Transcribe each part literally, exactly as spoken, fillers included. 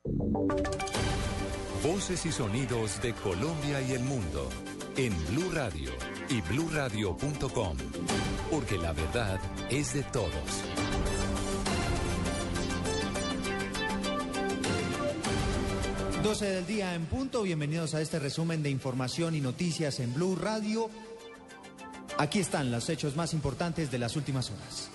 Voces y sonidos de Colombia y el mundo en Blue Radio y blue radio punto com, porque la verdad es de todos. doce del día en punto, bienvenidos a este resumen de información y noticias en Blue Radio. Aquí están los hechos más importantes de las últimas horas.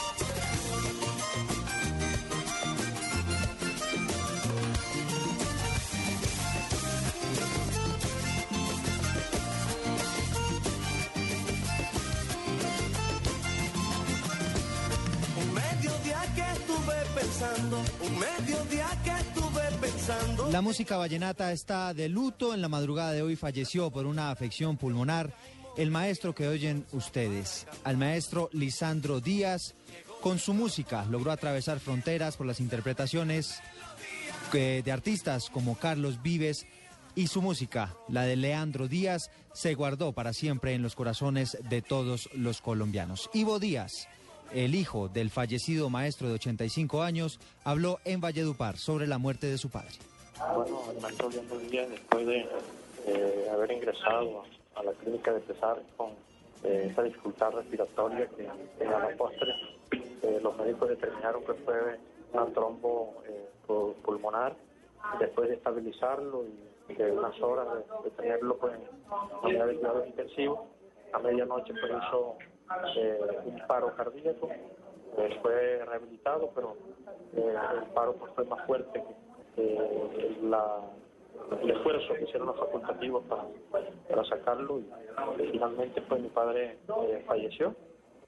Un mediodía que estuve pensando, un mediodía que estuve pensando. La música vallenata está de luto. En la madrugada de hoy falleció por una afección pulmonar el maestro que oyen ustedes, al maestro Lisandro Díaz. Con su música logró atravesar fronteras por las interpretaciones de artistas como Carlos Vives, y su música, la de Leandro Díaz, se guardó para siempre en los corazones de todos los colombianos. Ivo Díaz, el hijo del fallecido maestro de ochenta y cinco años, habló en Valledupar sobre la muerte de su padre. Bueno, el maestro Leandro Díaz, después de eh, haber ingresado a la clínica de Pesar con eh, esa dificultad respiratoria que, que a la postre eh, los médicos determinaron que fue una trombo eh, pulmonar. Después de estabilizarlo y de unas horas de, de tenerlo pues, en unidad de cuidados intensivos, a medianoche pues, hizo eh, un paro cardíaco, eh, fue rehabilitado, pero eh, el paro pues, fue más fuerte que eh, la el esfuerzo que hicieron los facultativos para, para sacarlo, y, y finalmente pues mi padre eh, falleció.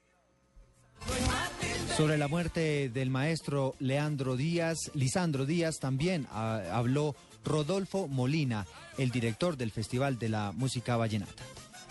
Sobre la muerte del maestro Leandro Díaz, Lisandro Díaz, también a, habló Rodolfo Molina, el director del Festival de la Música Vallenata.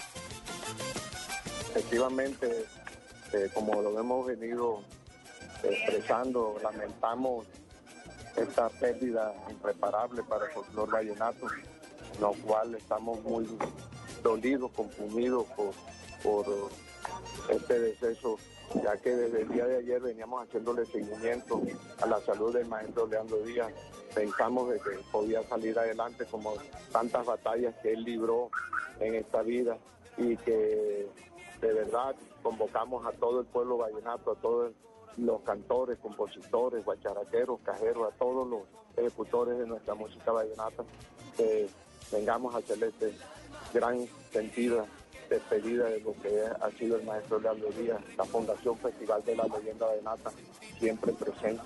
Efectivamente, eh, como lo hemos venido expresando, lamentamos esta pérdida irreparable para el folclor vallenato, lo cual estamos muy dolidos, confundidos por, por este deceso, ya que desde el día de ayer veníamos haciéndole seguimiento a la salud del maestro Leandro Díaz. Pensamos de que podía salir adelante como tantas batallas que él libró en esta vida, y que de verdad convocamos a todo el pueblo vallenato, a todos los cantores, compositores, guacharaqueros, cajeros, a todos los ejecutores de nuestra música vallenata, que vengamos a hacerle este gran sentido despedida de lo que ha sido el maestro Leandro Díaz, la Fundación Festival de la Leyenda Vallenata, siempre presente.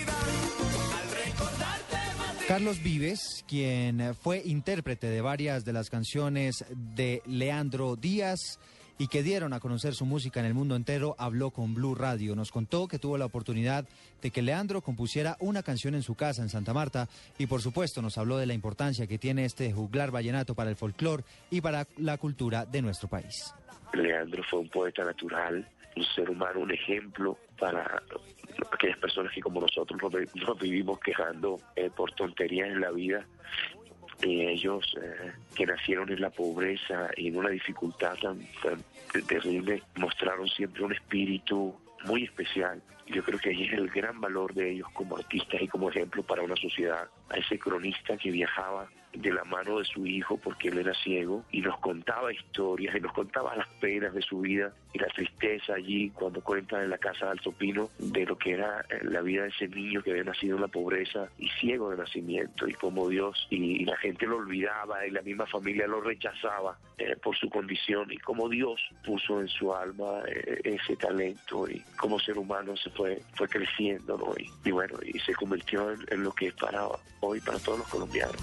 Carlos Vives, quien fue intérprete de varias de las canciones de Leandro Díaz y que dieron a conocer su música en el mundo entero, habló con Blue Radio. Nos contó que tuvo la oportunidad de que Leandro compusiera una canción en su casa en Santa Marta, y por supuesto nos habló de la importancia que tiene este juglar vallenato para el folclor y para la cultura de nuestro país. Leandro fue un poeta natural, un ser humano, un ejemplo para aquellas personas que como nosotros nos, nos vivimos quejando eh, por tonterías en la vida. Y ellos eh, que nacieron en la pobreza y en una dificultad tan, tan terrible, mostraron siempre un espíritu muy especial. Yo creo que ahí es el gran valor de ellos como artistas y como ejemplo para una sociedad. A ese cronista que viajaba de la mano de su hijo porque él era ciego y nos contaba historias y nos contaba las penas de su vida y la tristeza allí cuando cuenta en la casa de Alto Pino de lo que era la vida de ese niño que había nacido en la pobreza y ciego de nacimiento, y cómo Dios y, y la gente lo olvidaba y la misma familia lo rechazaba eh, por su condición, y cómo Dios puso en su alma eh, ese talento, y como ser humano se fue fue creciendo, ¿no? y, y bueno, y se convirtió en, en lo que es para hoy para todos los colombianos.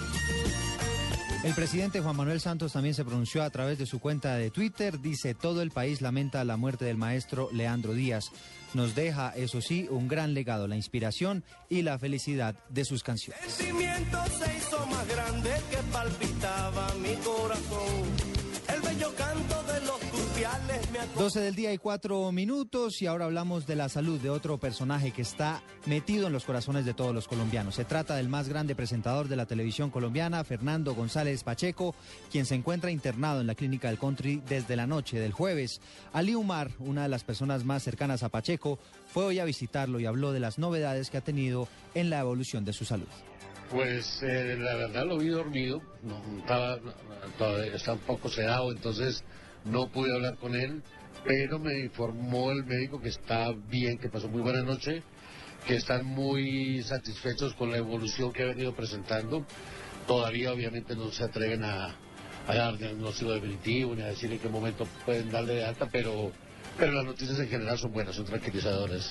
El presidente Juan Manuel Santos también se pronunció a través de su cuenta de Twitter. Dice: todo el país lamenta la muerte del maestro Leandro Díaz. Nos deja, eso sí, un gran legado, la inspiración y la felicidad de sus canciones. El sentimiento se hizo más grande que palpitaba mi corazón. El bello canto de los turpiales me acordó. doce del día y cuatro minutos, y ahora hablamos de la salud de otro personaje que está metido en los corazones de todos los colombianos. Se trata del más grande presentador de la televisión colombiana, Fernando González Pacheco, quien se encuentra internado en la clínica del Country desde la noche del jueves. Ali Umar, una de las personas más cercanas a Pacheco, fue hoy a visitarlo y habló de las novedades que ha tenido en la evolución de su salud. Pues eh, la verdad lo vi dormido, no, estaba, todavía está un poco sedado, entonces no pude hablar con él, pero me informó el médico que está bien, que pasó muy buena noche, que están muy satisfechos con la evolución que ha venido presentando. Todavía obviamente no se atreven a, a dar diagnóstico definitivo ni a decir en qué momento pueden darle de alta, pero, pero las noticias en general son buenas, son tranquilizadoras.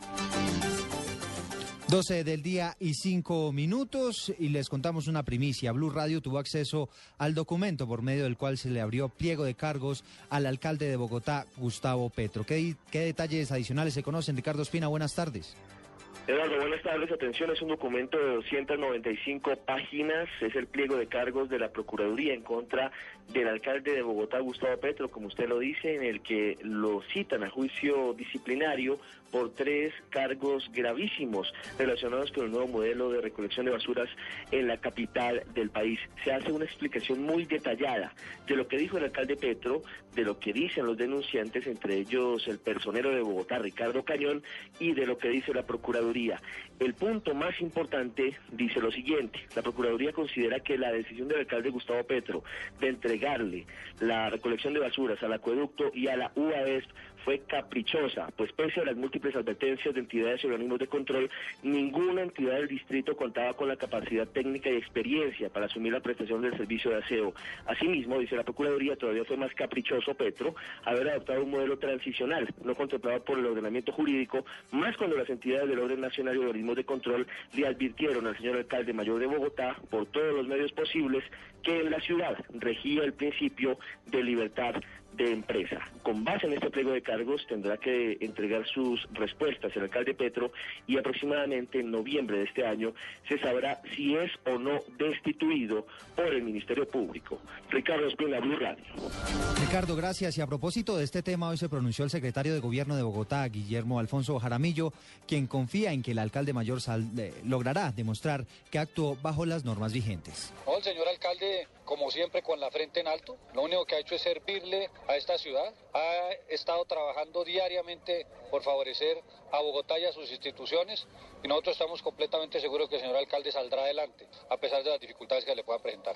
doce del día y cinco minutos y les contamos una primicia. Blue Radio tuvo acceso al documento por medio del cual se le abrió pliego de cargos al alcalde de Bogotá, Gustavo Petro. ¿Qué, qué detalles adicionales se conocen? Ricardo Espina, buenas tardes. Eduardo, buenas tardes. Atención, es un documento de doscientas noventa y cinco páginas. Es el pliego de cargos de la Procuraduría en contra del alcalde de Bogotá, Gustavo Petro, como usted lo dice, en el que lo citan a juicio disciplinario por tres cargos gravísimos relacionados con el nuevo modelo de recolección de basuras en la capital del país. Se hace una explicación muy detallada de lo que dijo el alcalde Petro, de lo que dicen los denunciantes, entre ellos el personero de Bogotá, Ricardo Cañón, y de lo que dice la Procuraduría. El punto más importante dice lo siguiente: la Procuraduría considera que la decisión del alcalde Gustavo Petro de entregarle la recolección de basuras al acueducto y a la U A E S fue caprichosa, pues pese a las múltiples advertencias de entidades y organismos de control, ninguna entidad del distrito contaba con la capacidad técnica y experiencia para asumir la prestación del servicio de aseo. Asimismo, dice la Procuraduría, todavía fue más caprichoso Petro haber adoptado un modelo transicional, no contemplado por el ordenamiento jurídico, más cuando las entidades del orden nacional y organismos de control le advirtieron al señor alcalde mayor de Bogotá, por todos los medios posibles, que en la ciudad regía el principio de libertad de empresa. Con base en este pliego de cargos tendrá que entregar sus respuestas el alcalde Petro y aproximadamente en noviembre de este año se sabrá si es o no destituido por el Ministerio Público. Ricardo Espina, Blue Radio. Ricardo, gracias. Y a propósito de este tema, hoy se pronunció el secretario de Gobierno de Bogotá, Guillermo Alfonso Jaramillo, quien confía en que el alcalde mayor sal, eh, logrará demostrar que actuó bajo las normas vigentes. No, el señor alcalde, como siempre, con la frente en alto, lo único que ha hecho es servirle a esta ciudad, ha estado trabajando diariamente por favorecer a Bogotá y a sus instituciones, y nosotros estamos completamente seguros que el señor alcalde saldrá adelante, a pesar de las dificultades que le puedan presentar.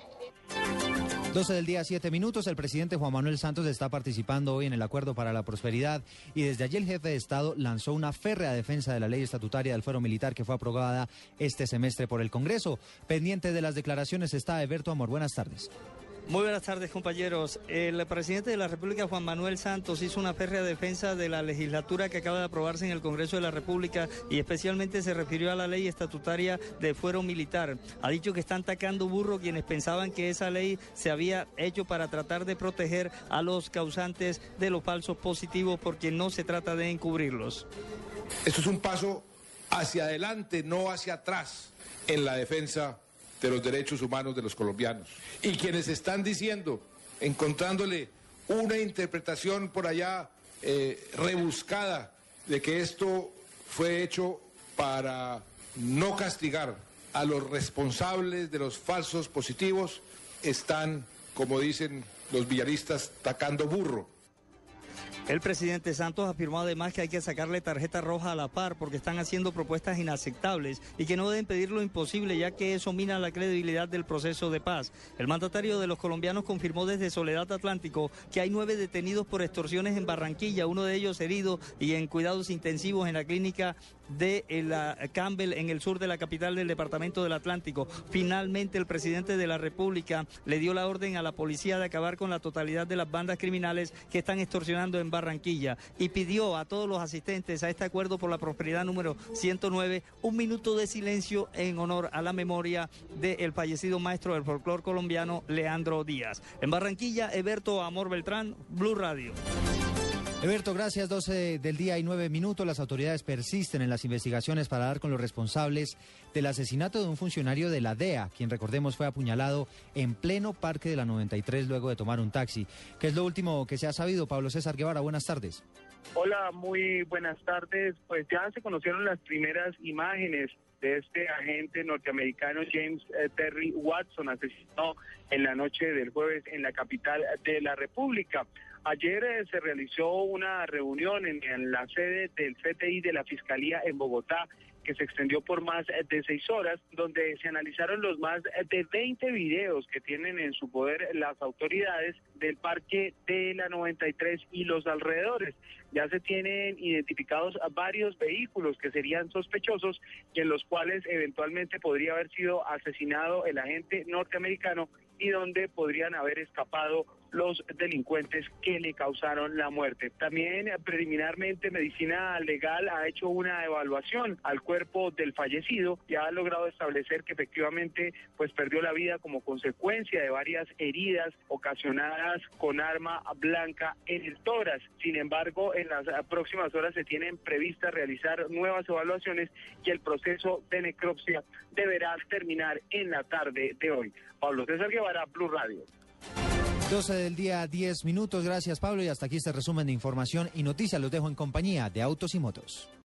doce del día, siete minutos. El presidente Juan Manuel Santos está participando hoy en el Acuerdo para la Prosperidad y desde allí el jefe de Estado lanzó una férrea defensa de la ley estatutaria del fuero militar que fue aprobada este semestre por el Congreso. Pendiente de las declaraciones está Eberto Amor. Buenas tardes. Muy buenas tardes, compañeros. El presidente de la República, Juan Manuel Santos, hizo una férrea defensa de la legislatura que acaba de aprobarse en el Congreso de la República y especialmente se refirió a la ley estatutaria de fuero militar. Ha dicho que están tacando burro quienes pensaban que esa ley se había hecho para tratar de proteger a los causantes de los falsos positivos, porque no se trata de encubrirlos. Esto es un paso hacia adelante, no hacia atrás, en la defensa de los derechos humanos de los colombianos. Y quienes están diciendo, encontrándole una interpretación por allá eh, rebuscada de que esto fue hecho para no castigar a los responsables de los falsos positivos, están, como dicen los villaristas, tacando burro. El presidente Santos afirmó además que hay que sacarle tarjeta roja a la P A R porque están haciendo propuestas inaceptables y que no deben pedir lo imposible, ya que eso mina la credibilidad del proceso de paz. El mandatario de los colombianos confirmó desde Soledad Atlántico que hay nueve detenidos por extorsiones en Barranquilla, uno de ellos herido y en cuidados intensivos en la clínica de la Campbell en el sur de la capital del departamento del Atlántico. Finalmente el presidente de la República le dio la orden a la policía de acabar con la totalidad de las bandas criminales que están extorsionando en Barranquilla y pidió a todos los asistentes a este acuerdo por la prosperidad número ciento nueve un minuto de silencio en honor a la memoria del fallecido maestro del folclor colombiano Leandro Díaz. En Barranquilla, Eberto Amor Beltrán, Blue Radio. Eberto, gracias. doce del día y nueve minutos. Las autoridades persisten en las investigaciones para dar con los responsables del asesinato de un funcionario de la D E A, quien, recordemos, fue apuñalado en pleno Parque de la noventa y tres luego de tomar un taxi. ¿Qué es lo último que se ha sabido? Pablo César Guevara, buenas tardes. Hola, muy buenas tardes. Pues ya se conocieron las primeras imágenes de este agente norteamericano James eh, Terry Watson, asesinado en la noche del jueves en la capital de la República. Ayer eh, se realizó una reunión en, en la sede del C T I de la Fiscalía en Bogotá que se extendió por más de seis horas, donde se analizaron los más de veinte videos que tienen en su poder las autoridades del parque de la noventa y tres y los alrededores. Ya se tienen identificados varios vehículos que serían sospechosos y en los cuales eventualmente podría haber sido asesinado el agente norteamericano y donde podrían haber escapado los delincuentes que le causaron la muerte. También preliminarmente Medicina Legal ha hecho una evaluación al cuerpo del fallecido y ha logrado establecer que efectivamente pues perdió la vida como consecuencia de varias heridas ocasionadas con arma blanca en el tórax. Sin embargo, en las próximas horas se tienen previstas realizar nuevas evaluaciones y el proceso de necropsia deberá terminar en la tarde de hoy. Pablo César Guevara, Blue Radio. doce del día, diez minutos. Gracias, Pablo. Y hasta aquí este resumen de información y noticias. Los dejo en compañía de Autos y Motos.